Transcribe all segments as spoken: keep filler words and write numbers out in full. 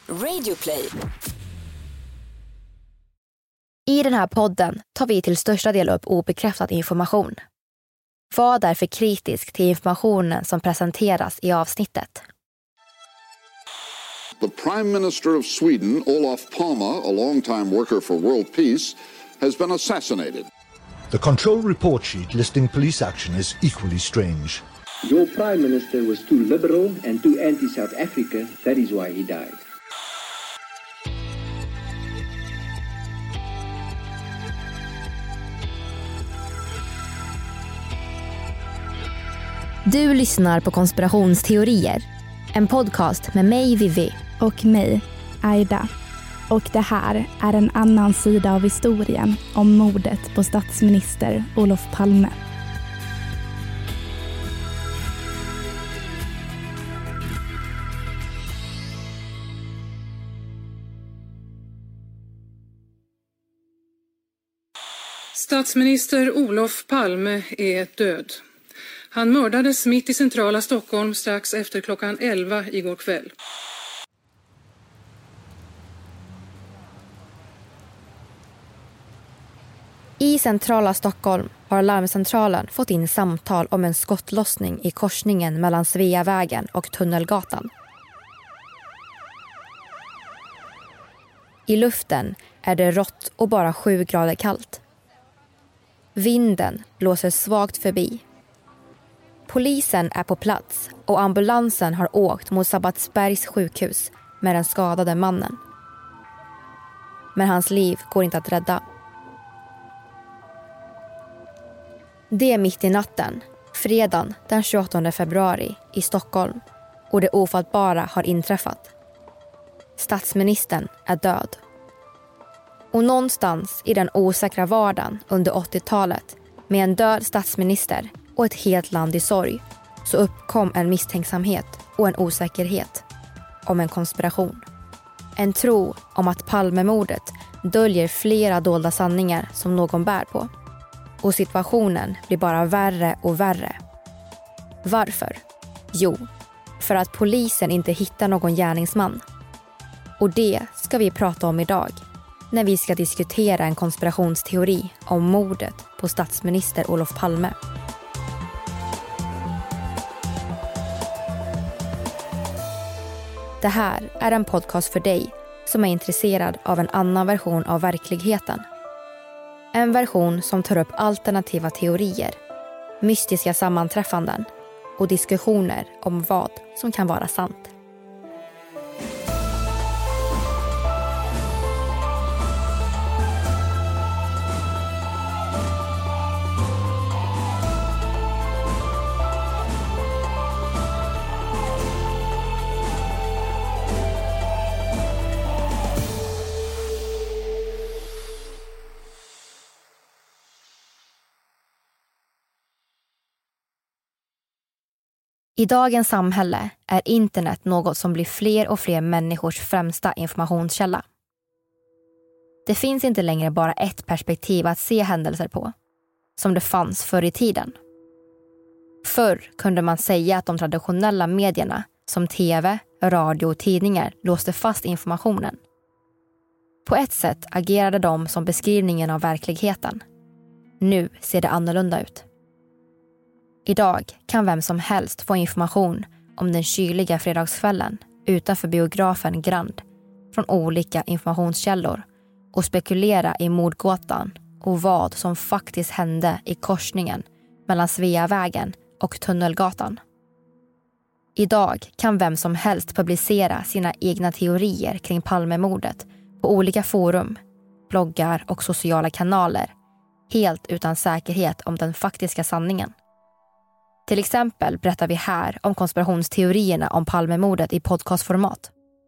Radioplay. I den här podden tar vi till största del upp obekräftad information. Var därför kritisk till informationen som presenteras i avsnittet. The Prime Minister of Sweden, Olof Palme, a long-time worker for world peace, has been assassinated. The control report sheet listing police action is equally strange. Your Prime Minister was too liberal and too anti-South Africa. That is why he died. Du lyssnar på Konspirationsteorier. En podcast med mig, Vivi. Och mig, Aida. Och det här är en annan sida av historien om mordet på statsminister Olof Palme. Statsminister Olof Palme är död. Han mördades mitt i centrala Stockholm strax efter klockan elva igår kväll. I centrala Stockholm har larmcentralen fått in samtal om en skottlossning i korsningen mellan Sveavägen och Tunnelgatan. I luften är det rått och bara sju grader kallt. Vinden blåser svagt förbi. Polisen är på plats och ambulansen har åkt mot Sabbatsbergs sjukhus med den skadade mannen. Men hans liv går inte att rädda. Det är mitt i natten, fredagen den tjugoåttonde februari i Stockholm, och det ofattbara har inträffat. Statsministern är död. Och någonstans i den osäkra vardagen under åttiotalet med en död statsminister och ett helt land i sorg så uppkom en misstänksamhet och en osäkerhet om en konspiration. En tro om att Palmemordet döljer flera dolda sanningar som någon bär på. Och situationen blir bara värre och värre. Varför? Jo, för att polisen inte hittar någon gärningsman. Och det ska vi prata om idag när vi ska diskutera en konspirationsteori om mordet på statsminister Olof Palme. Det här är en podcast för dig som är intresserad av en annan version av verkligheten. En version som tar upp alternativa teorier, mystiska sammanträffanden och diskussioner om vad som kan vara sant. I dagens samhälle är internet något som blir fler och fler människors främsta informationskälla. Det finns inte längre bara ett perspektiv att se händelser på, som det fanns förr i tiden. Förr kunde man säga att de traditionella medierna, som tv, radio och tidningar, låste fast informationen. På ett sätt agerade de som beskrivningen av verkligheten. Nu ser det annorlunda ut. Idag kan vem som helst få information om den kyliga fredagskvällen utanför biografen Grand från olika informationskällor och spekulera i mordgåtan och vad som faktiskt hände i korsningen mellan Sveavägen och Tunnelgatan. Idag kan vem som helst publicera sina egna teorier kring Palmemordet på olika forum, bloggar och sociala kanaler, helt utan säkerhet om den faktiska sanningen. Till exempel berättar vi här om konspirationsteorierna om Palmemordet i podcastformat.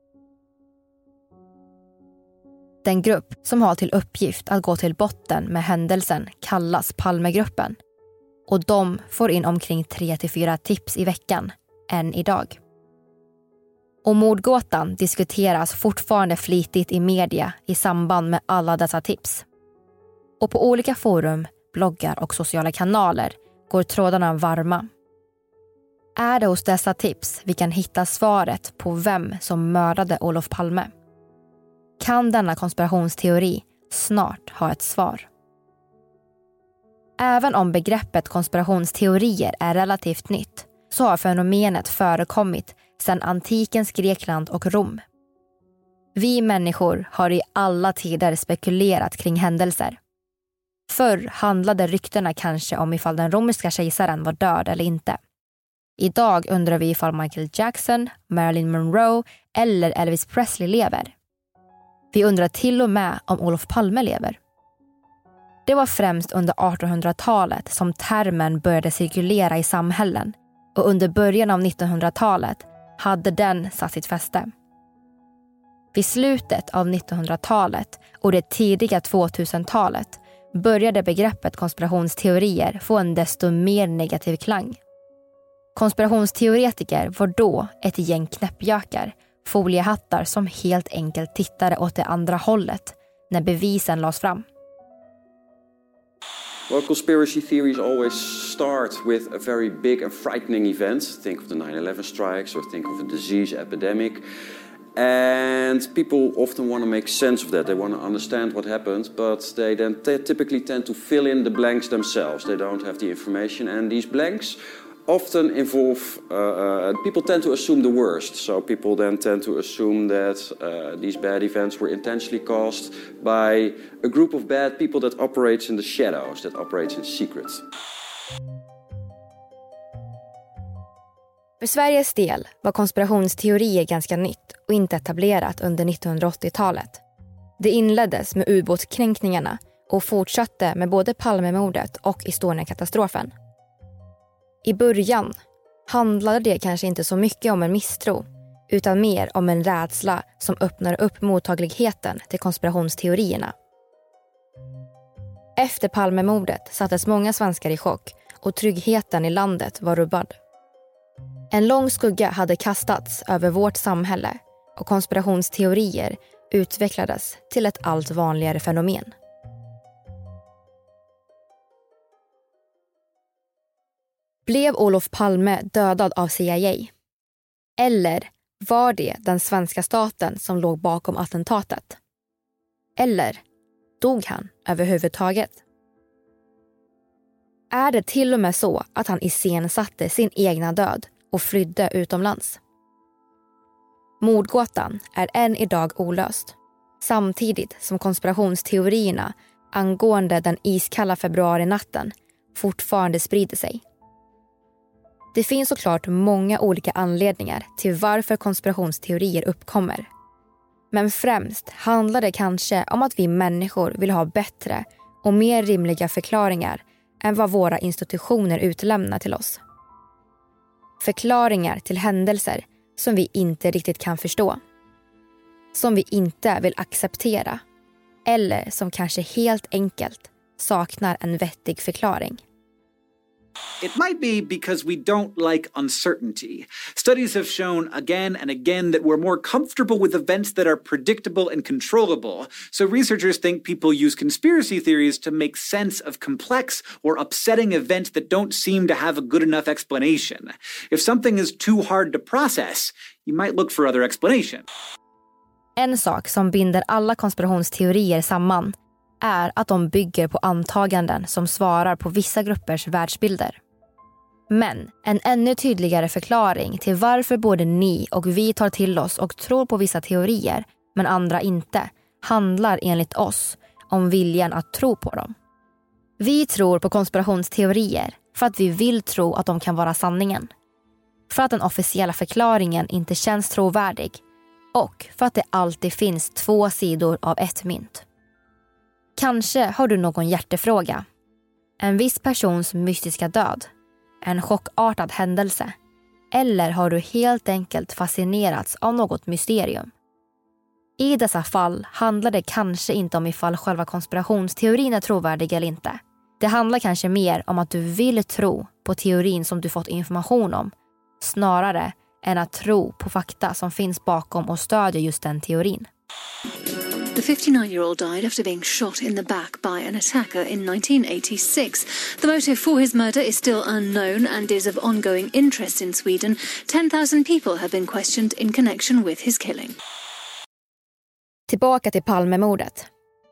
Den grupp som har till uppgift att gå till botten med händelsen kallas Palmegruppen. Och de får in omkring tre till fyra tips i veckan, än idag. Och mordgåtan diskuteras fortfarande flitigt i media i samband med alla dessa tips. Och på olika forum, bloggar och sociala kanaler går trådarna varma. Är det hos dessa tips vi kan hitta svaret på vem som mördade Olof Palme? Kan denna konspirationsteori snart ha ett svar? Även om begreppet konspirationsteorier är relativt nytt så har fenomenet förekommit sedan antikens Grekland och Rom. Vi människor har i alla tider spekulerat kring händelser. Förr handlade ryktena kanske om ifall den romerska kejsaren var död eller inte. Idag undrar vi ifall Michael Jackson, Marilyn Monroe eller Elvis Presley lever. Vi undrar till och med om Olof Palme lever. Det var främst under artonhundratalet som termen började cirkulera i samhällen och under början av nittonhundratalet hade den satt sitt fäste. Vid slutet av nittonhundratalet och det tidiga tvåtusentalet började begreppet konspirationsteorier få en desto mer negativ klang. Konspirationsteoretiker var då ett gäng knäppjökar, foliehattar som helt enkelt tittade åt det andra hållet när bevisen lades fram. Well, conspiracy theories always start with a very big and frightening event. Think of the nine eleven strikes or think of a disease epidemic. And people often want to make sense of that. They want to understand what happened, but they then t- typically tend to fill in the blanks themselves. They don't have the information, and these blanks often involve, uh, uh, people tend to assume the worst. So people then tend to assume that uh, these bad events were intentionally caused by a group of bad people that operates in the shadows, that operates in secret. För Sveriges del var konspirationsteorier ganska nytt och inte etablerat under nittonhundraåttiotalet. Det inleddes med ubåtskränkningarna och fortsatte med både Palmemordet och Estonia-katastrofen. I början handlade det kanske inte så mycket om en misstro utan mer om en rädsla som öppnar upp mottagligheten till konspirationsteorierna. Efter Palmemordet sattes många svenskar i chock och tryggheten i landet var rubbad. En lång skugga hade kastats över vårt samhälle och konspirationsteorier utvecklades till ett allt vanligare fenomen. Blev Olof Palme dödad av C I A? Eller var det den svenska staten som låg bakom attentatet? Eller dog han överhuvudtaget? Är det till och med så att han iscensatte sin egna död och flydde utomlands? Mordgåtan är än idag olöst, samtidigt som konspirationsteorierna angående den iskalla februarinatten fortfarande sprider sig. Det finns såklart många olika anledningar till varför konspirationsteorier uppkommer. Men främst handlar det kanske om att vi människor vill ha bättre och mer rimliga förklaringar än vad våra institutioner utlämnar till oss. Förklaringar till händelser som vi inte riktigt kan förstå. Som vi inte vill acceptera. Eller som kanske helt enkelt saknar en vettig förklaring. It might be because we don't like uncertainty. Studies have shown again and again that we're more comfortable with events that are predictable and controllable. So researchers think people use conspiracy theories to make sense of complex or upsetting events that don't seem to have a good enough explanation. If something is too hard to process, you might look for other explanation. En sak som binder alla konspirationsteorier samman är att de bygger på antaganden som svarar på vissa gruppers världsbilder. Men en ännu tydligare förklaring till varför både ni och vi tar till oss och tror på vissa teorier men andra inte handlar enligt oss om viljan att tro på dem. Vi tror på konspirationsteorier för att vi vill tro att de kan vara sanningen. För att den officiella förklaringen inte känns trovärdig och för att det alltid finns två sidor av ett mynt. Kanske har du någon hjärtefråga. En viss persons mystiska död. En chockartad händelse. Eller har du helt enkelt fascinerats av något mysterium. I dessa fall handlar det kanske inte om ifall själva konspirationsteorin är trovärdig eller inte. Det handlar kanske mer om att du vill tro på teorin som du fått information om. Snarare än att tro på fakta som finns bakom och stödjer just den teorin. The fifty-nine-year-old died after being shot in the back by an attacker in nineteen eighty-six. The motive for his murder is still unknown and is of ongoing interest in Sweden. ten thousand people have been questioned in connection with his killing. Tillbaka till Palmemordet.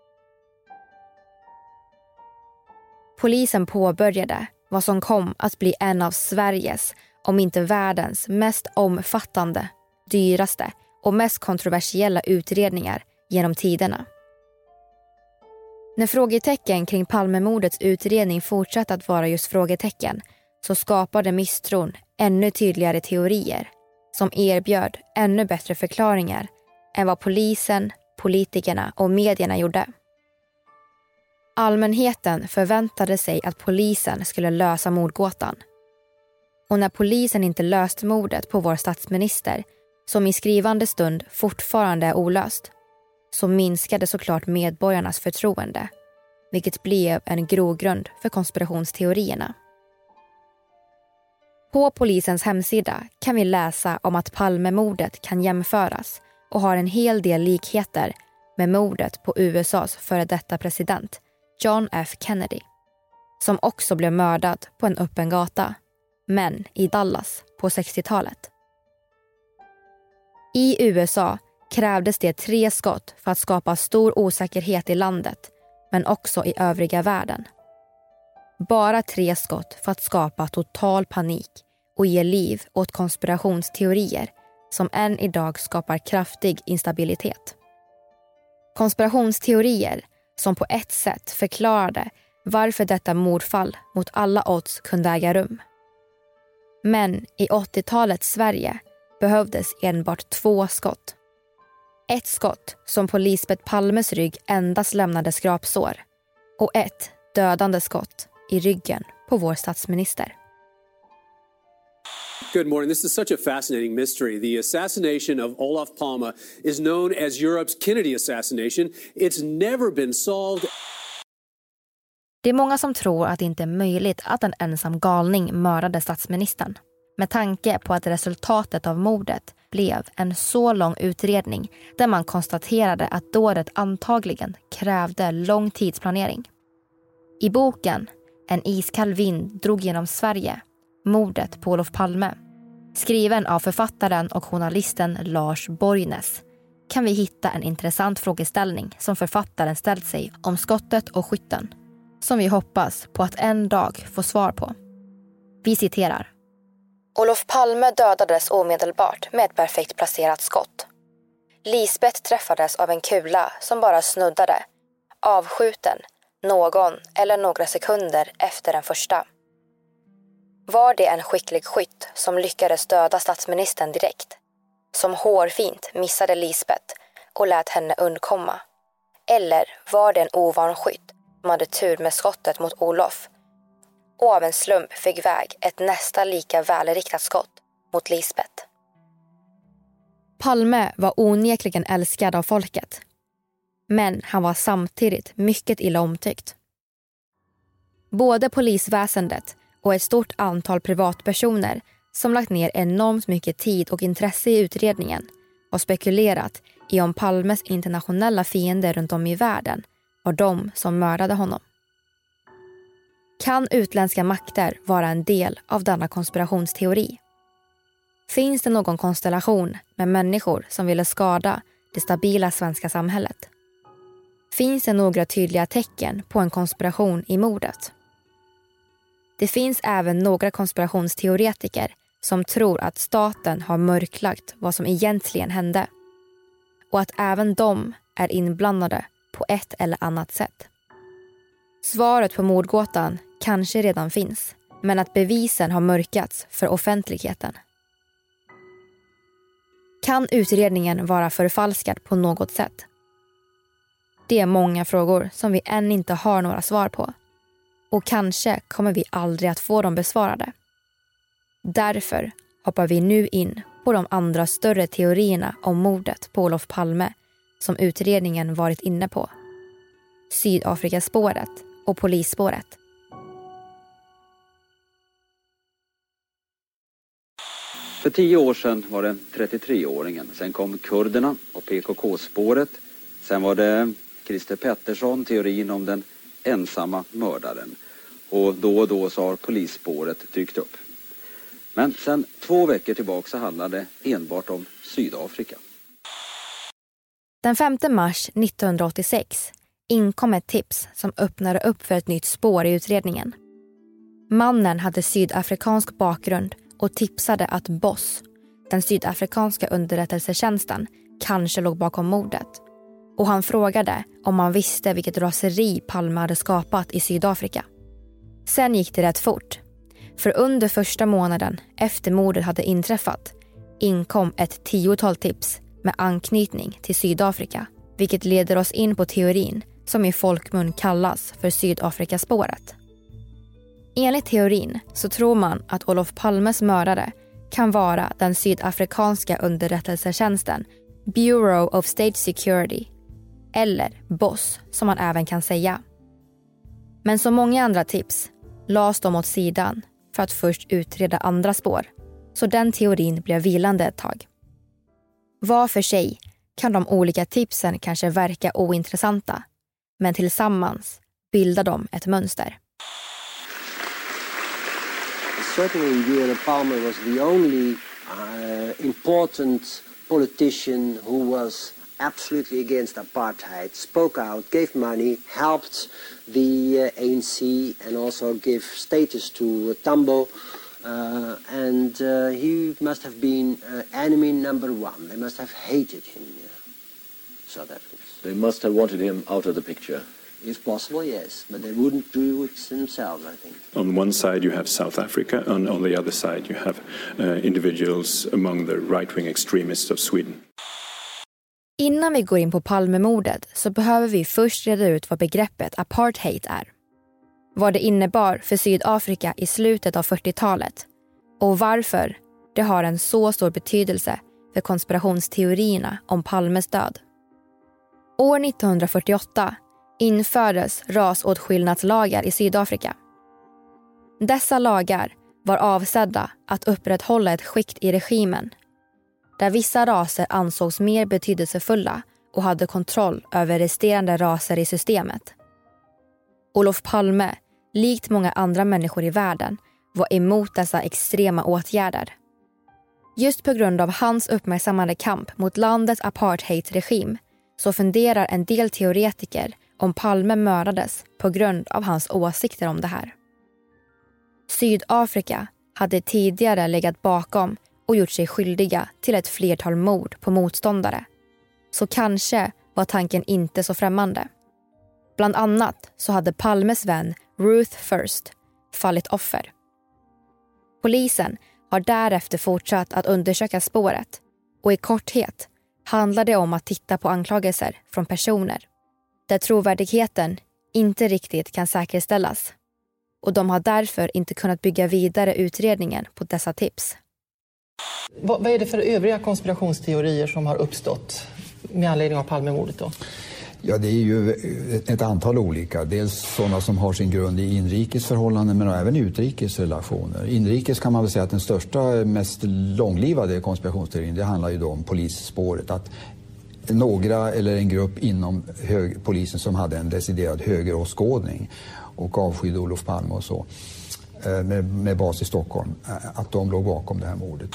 Polisen påbörjade vad som kom att bli en av Sveriges, om inte världens, mest omfattande, dyraste och mest kontroversiella utredningar genom tiderna. När frågetecken kring Palmemordets utredning fortsatte att vara just frågetecken så skapade misstron ännu tydligare teorier som erbjöd ännu bättre förklaringar än vad polisen, politikerna och medierna gjorde. Allmänheten förväntade sig att polisen skulle lösa mordgåtan. Och när polisen inte löste mordet på vår statsminister, som i skrivande stund fortfarande är olöst, så minskade såklart medborgarnas förtroende, vilket blev en grogrund för konspirationsteorierna. På polisens hemsida kan vi läsa om att Palmemordet kan jämföras och har en hel del likheter med mordet på U S A:s före detta president John F. Kennedy, som också blev mördad på en öppen gata, men i Dallas på sextiotalet. I U S A krävdes det tre skott för att skapa stor osäkerhet i landet, men också i övriga världen. Bara tre skott för att skapa total panik och ge liv åt konspirationsteorier som än idag skapar kraftig instabilitet. Konspirationsteorier som på ett sätt förklarade varför detta mordfall mot alla odds kunde äga rum. Men i åttiotalets Sverige behövdes enbart två skott. Ett skott som på Lisbeth Palmes rygg endast lämnade skrapsår och ett dödande skott i ryggen på vår statsminister. Good morning. This is such a fascinating mystery. The assassination of Olof Palme is known as Europe's Kennedy assassination. It's never been solved. Det är många som tror att det inte är möjligt att en ensam galning mördade statsministern. Med tanke på att resultatet av mordet blev en så lång utredning där man konstaterade att dådet antagligen krävde lång tidsplanering. I boken En iskall vind drog genom Sverige, mordet på Olof Palme, skriven av författaren och journalisten Lars Borgnäs, kan vi hitta en intressant frågeställning som författaren ställt sig om skottet och skytten, som vi hoppas på att en dag få svar på. Vi citerar. Olof Palme dödades omedelbart med ett perfekt placerat skott. Lisbeth träffades av en kula som bara snuddade, avskjuten någon eller några sekunder efter den första. Var det en skicklig skytt som lyckades döda statsministern direkt, som hårfint missade Lisbeth och lät henne undkomma? Eller var det en ovan skytt som hade tur med skottet mot Olof och av en slump fick väg ett nästan lika välriktat skott mot Lisbeth? Palme var onekligen älskad av folket, men han var samtidigt mycket illa omtyckt. Både polisväsendet och ett stort antal privatpersoner som lagt ner enormt mycket tid och intresse i utredningen och spekulerat i om Palmes internationella fiender runt om i världen var de som mördade honom. Kan utländska makter vara en del av denna konspirationsteori? Finns det någon konstellation med människor som ville skada det stabila svenska samhället? Finns det några tydliga tecken på en konspiration i mordet? Det finns även några konspirationsteoretiker som tror att staten har mörklagt vad som egentligen hände och att även de är inblandade på ett eller annat sätt. Svaret på mordgåtan kanske redan finns, men att bevisen har mörkats för offentligheten. Kan utredningen vara förfalskad på något sätt? Det är många frågor som vi än inte har några svar på. Och kanske kommer vi aldrig att få dem besvarade. Därför hoppar vi nu in på de andra större teorierna om mordet på Olof Palme som utredningen varit inne på. Sydafrikaspåret och polisspåret. För tio år sedan var det trettiotre-åringen. Sen kom kurderna och P K K-spåret. Sen var det Christer Pettersson, teorin om den ensamma mördaren. Och då och då så har polisspåret dykt upp. Men sen två veckor tillbaka så handlade det enbart om Sydafrika. Den femte mars nittonhundraåttiosex inkom ett tips som öppnade upp för ett nytt spår i utredningen. Mannen hade sydafrikansk bakgrund och tipsade att Boss, den sydafrikanska underrättelsetjänsten, kanske låg bakom mordet. Och han frågade om man visste vilket raseri Palme hade skapat i Sydafrika. Sen gick det rätt fort. För under första månaden efter mordet hade inträffat inkom ett tiotal tips med anknytning till Sydafrika, vilket leder oss in på teorin som i folkmun kallas för Sydafrikaspåret. Enligt teorin så tror man att Olof Palmes mördare kan vara den sydafrikanska underrättelsetjänsten Bureau of State Security, eller Boss som man även kan säga. Men som många andra tips lades de åt sidan för att först utreda andra spår, så den teorin blev vilande ett tag. Var för sig kan de olika tipsen kanske verka ointressanta, men tillsammans bildar de ett mönster. Certainly Bureau Palme was the only uh, important politician who was absolutely against apartheid, spoke out, gave money, helped the uh, A N C and also gave status to uh, Tambo. Uh, and uh, he must have been uh, enemy number one. They must have hated him, yeah. South Africans. They must have wanted him out of the picture. If possible, yes, but they wouldn't do it themselves, I think. On one side you have South Africa, and on the other side you have uh, individuals among the right-wing extremists of Sweden. Innan vi går in på Palmemordet så behöver vi först reda ut vad begreppet apartheid är. Vad det innebar för Sydafrika i slutet av fyrtiotalet och varför det har en så stor betydelse för konspirationsteorierna om Palmes död. År nittonhundrafyrtioåtta infördes rasåtskillnadslagar i Sydafrika. Dessa lagar var avsedda att upprätthålla ett skikt i regimen där vissa raser ansågs mer betydelsefulla och hade kontroll över resterande raser i systemet. Olof Palme, likt många andra människor i världen, var emot dessa extrema åtgärder. Just på grund av hans uppmärksammade kamp mot landets apartheidregim så funderar en del teoretiker om Palme mördades på grund av hans åsikter om det här. Sydafrika hade tidigare legat bakom och gjort sig skyldiga till ett flertal mord på motståndare. Så kanske var tanken inte så främmande. Bland annat så hade Palmes vän Ruth First fallit offer. Polisen har därefter fortsatt att undersöka spåret och i korthet handlar det om att titta på anklagelser från personer där trovärdigheten inte riktigt kan säkerställas, och de har därför inte kunnat bygga vidare utredningen på dessa tips. Vad, vad är det för övriga konspirationsteorier som har uppstått med anledning av Palmemordet då? Ja, det är ju ett antal olika. Dels sådana som har sin grund i inrikes förhållanden men även utrikes relationer. Inrikes kan man väl säga att den största, mest långlivade konspirationsteorin, det handlar ju då om polisspåret. Att några eller en grupp inom hög, polisen som hade en deciderad högeråskådning och avskydde Olof Palme och så, med, med bas i Stockholm, att de låg bakom det här mordet.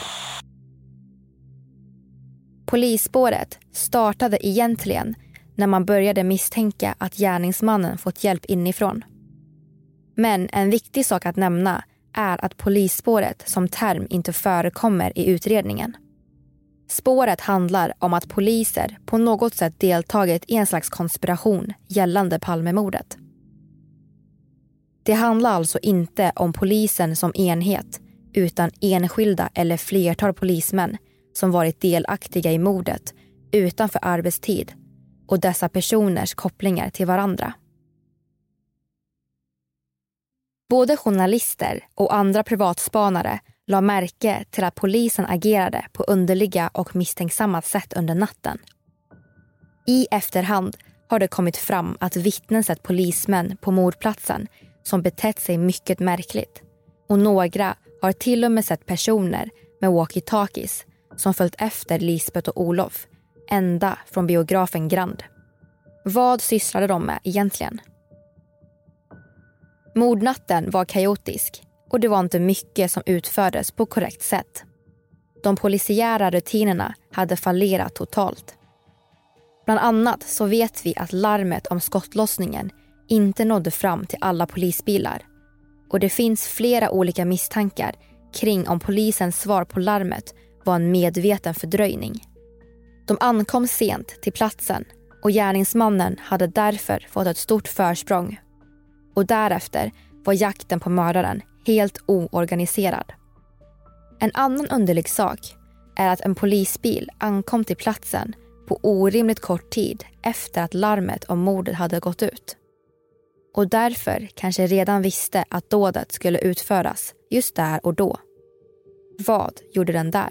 Polisspåret startade egentligen när man började misstänka att gärningsmannen fått hjälp inifrån. Men en viktig sak att nämna är att polisspåret som term inte förekommer i utredningen. Spåret handlar om att poliser på något sätt deltagit i en slags konspiration gällande Palmemordet. Det handlar alltså inte om polisen som enhet utan enskilda eller flertal polismän som varit delaktiga i mordet utanför arbetstid och dessa personers kopplingar till varandra. Både journalister och andra privatspanare la märke till att polisen agerade på underliga och misstänksamma sätt under natten. I efterhand har det kommit fram att vittnen sett polismän på mordplatsen som betett sig mycket märkligt, och några har till och med sett personer med walkie-talkies som följt efter Lisbeth och Olof ända från biografen Grand. Vad sysslade de med egentligen? Mordnatten var kaotisk och det var inte mycket som utfördes på korrekt sätt. De polisiära rutinerna hade fallerat totalt. Bland annat så vet vi att larmet om skottlossningen inte nådde fram till alla polisbilar. Och det finns flera olika misstankar kring om polisens svar på larmet var en medveten fördröjning. De ankom sent till platsen och gärningsmannen hade därför fått ett stort försprång. Och därefter var jakten på mördaren helt oorganiserad. En annan underlig sak är att en polisbil ankom till platsen på orimligt kort tid efter att larmet om mordet hade gått ut. Och därför kanske redan visste att dådet skulle utföras just där och då. Vad gjorde den där?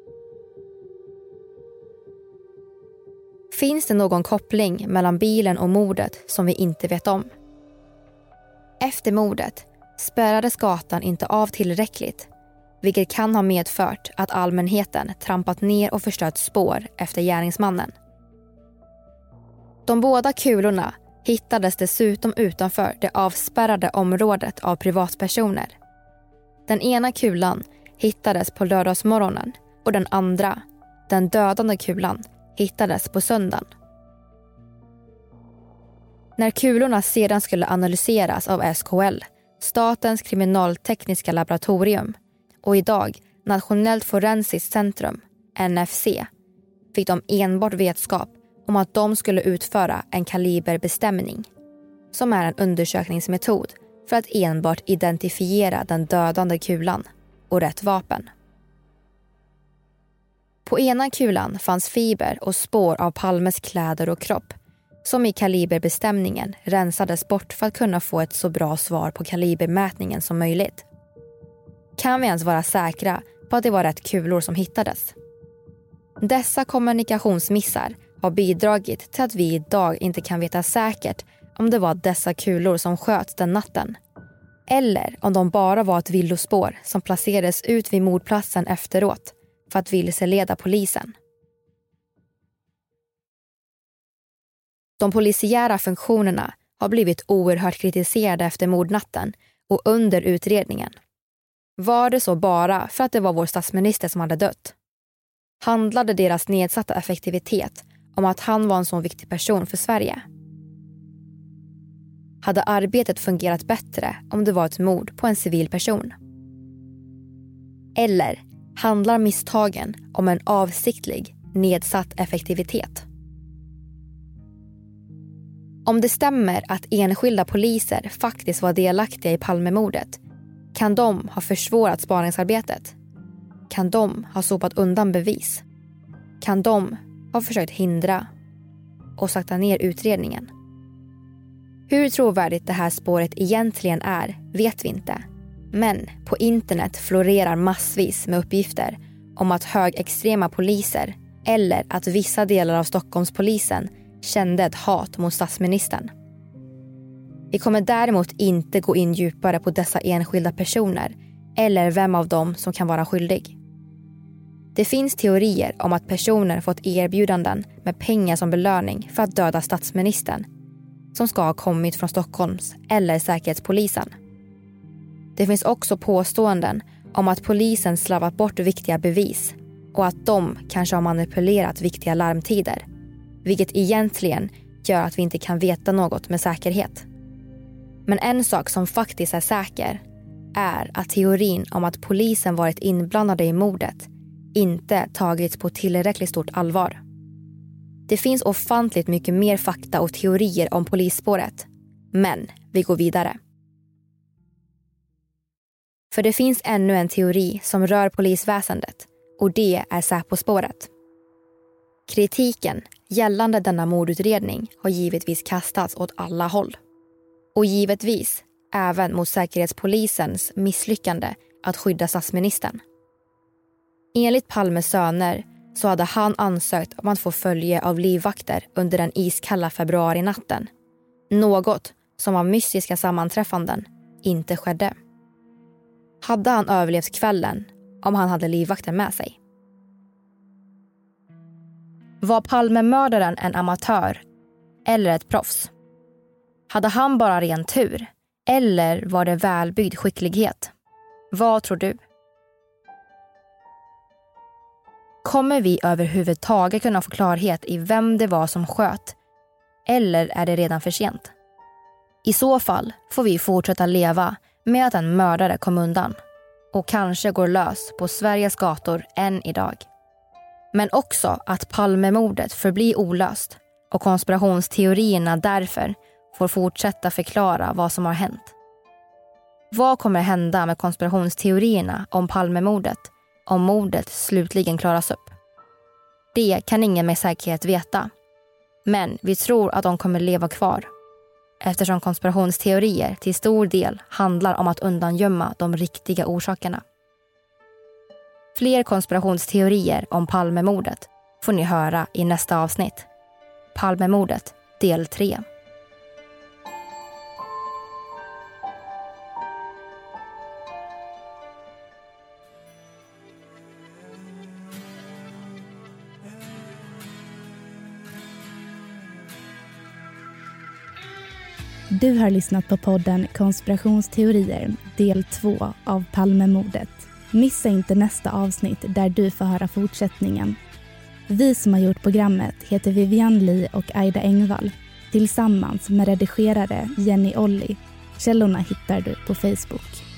Finns det någon koppling mellan bilen och mordet som vi inte vet om? Efter mordet spärrades gatan inte av tillräckligt, vilket kan ha medfört att allmänheten trampat ner och förstört spår efter gärningsmannen. De båda kulorna hittades dessutom utanför det avspärrade området av privatpersoner. Den ena kulan hittades på lördagsmorgonen och den andra, den dödande kulan, hittades på söndagen. När kulorna sedan skulle analyseras av S K L, Statens kriminaltekniska laboratorium, och idag Nationellt forensiskt centrum, N F C, fick de enbart vetskap om att de skulle utföra en kaliberbestämning, som är en undersökningsmetod för att enbart identifiera den dödande kulan och rätt vapen. På ena kulan fanns fiber och spår av Palmes kläder och kropp, som i kaliberbestämningen rensades bort för att kunna få ett så bra svar på kalibermätningen som möjligt. Kan vi ens vara säkra på att det var rätt kulor som hittades? Dessa kommunikationsmissar har bidragit till att vi idag inte kan veta säkert om det var dessa kulor som sköts den natten. Eller om de bara var ett villospår som placerades ut vid mordplatsen efteråt för att vilseleda polisen. De polisiära funktionerna har blivit oerhört kritiserade efter mordnatten och under utredningen. Var det så bara för att det var vår statsminister som hade dött? Handlade deras nedsatta effektivitet om att han var en så viktig person för Sverige? Hade arbetet fungerat bättre om det var ett mord på en civil person? Eller handlar misstagen om en avsiktlig, nedsatt effektivitet? Om det stämmer att enskilda poliser faktiskt var delaktiga i Palmemordet, kan de ha försvårat spaningsarbetet? Kan de ha sopat undan bevis? Kan de ha försökt hindra och sakta ner utredningen? Hur trovärdigt det här spåret egentligen är vet vi inte. Men på internet florerar massvis med uppgifter om att högextrema poliser eller att vissa delar av Stockholmspolisen kände ett hat mot statsministern. Vi kommer däremot inte gå in djupare på dessa enskilda personer eller vem av dem som kan vara skyldig. Det finns teorier om att personer fått erbjudanden med pengar som belöning för att döda statsministern, som ska ha kommit från Stockholms eller Säkerhetspolisen. Det finns också påståenden om att polisen slarvat bort viktiga bevis och att de kanske har manipulerat viktiga larmtider, vilket egentligen gör att vi inte kan veta något med säkerhet. Men en sak som faktiskt är säker är att teorin om att polisen varit inblandade i mordet inte tagits på tillräckligt stort allvar. Det finns ofantligt mycket mer fakta och teorier om polisspåret, men vi går vidare. För det finns ännu en teori som rör polisväsendet, och det är Säpo-spåret. Kritiken gällande denna mordutredning har givetvis kastats åt alla håll. Och givetvis även mot Säkerhetspolisens misslyckande att skydda statsministern. Enligt Palmes söner så hade han ansökt om att få följe av livvakter under den iskalla februarinatten. Något som av mystiska sammanträffanden inte skedde. Hade han överlevt kvällen om han hade livvakter med sig? Var Palmemördaren en amatör? eller ett proffs? Hade han bara ren tur? Eller var det välbyggd skicklighet? Vad tror du? Kommer vi överhuvudtaget kunna få klarhet i vem det var som sköt? Eller är det redan för sent? I så fall får vi fortsätta leva med att en mördare kom undan och kanske går lös på Sveriges gator än idag. Men också att Palmemordet förblir olöst och konspirationsteorierna därför får fortsätta förklara vad som har hänt. Vad kommer hända med konspirationsteorierna om Palmemordet om mordet slutligen klaras upp? Det kan ingen med säkerhet veta. Men vi tror att de kommer leva kvar. Eftersom konspirationsteorier till stor del handlar om att undangömma de riktiga orsakerna. Fler konspirationsteorier om Palmemordet får ni höra i nästa avsnitt. Palmemordet del tre. Du har lyssnat på podden Konspirationsteorier del två av Palmemordet. Missa inte nästa avsnitt där du får höra fortsättningen. Vi som har gjort programmet heter Vivian Lee och Aida Engvall tillsammans med redigerare Jenny Olli. Källorna hittar du på Facebook.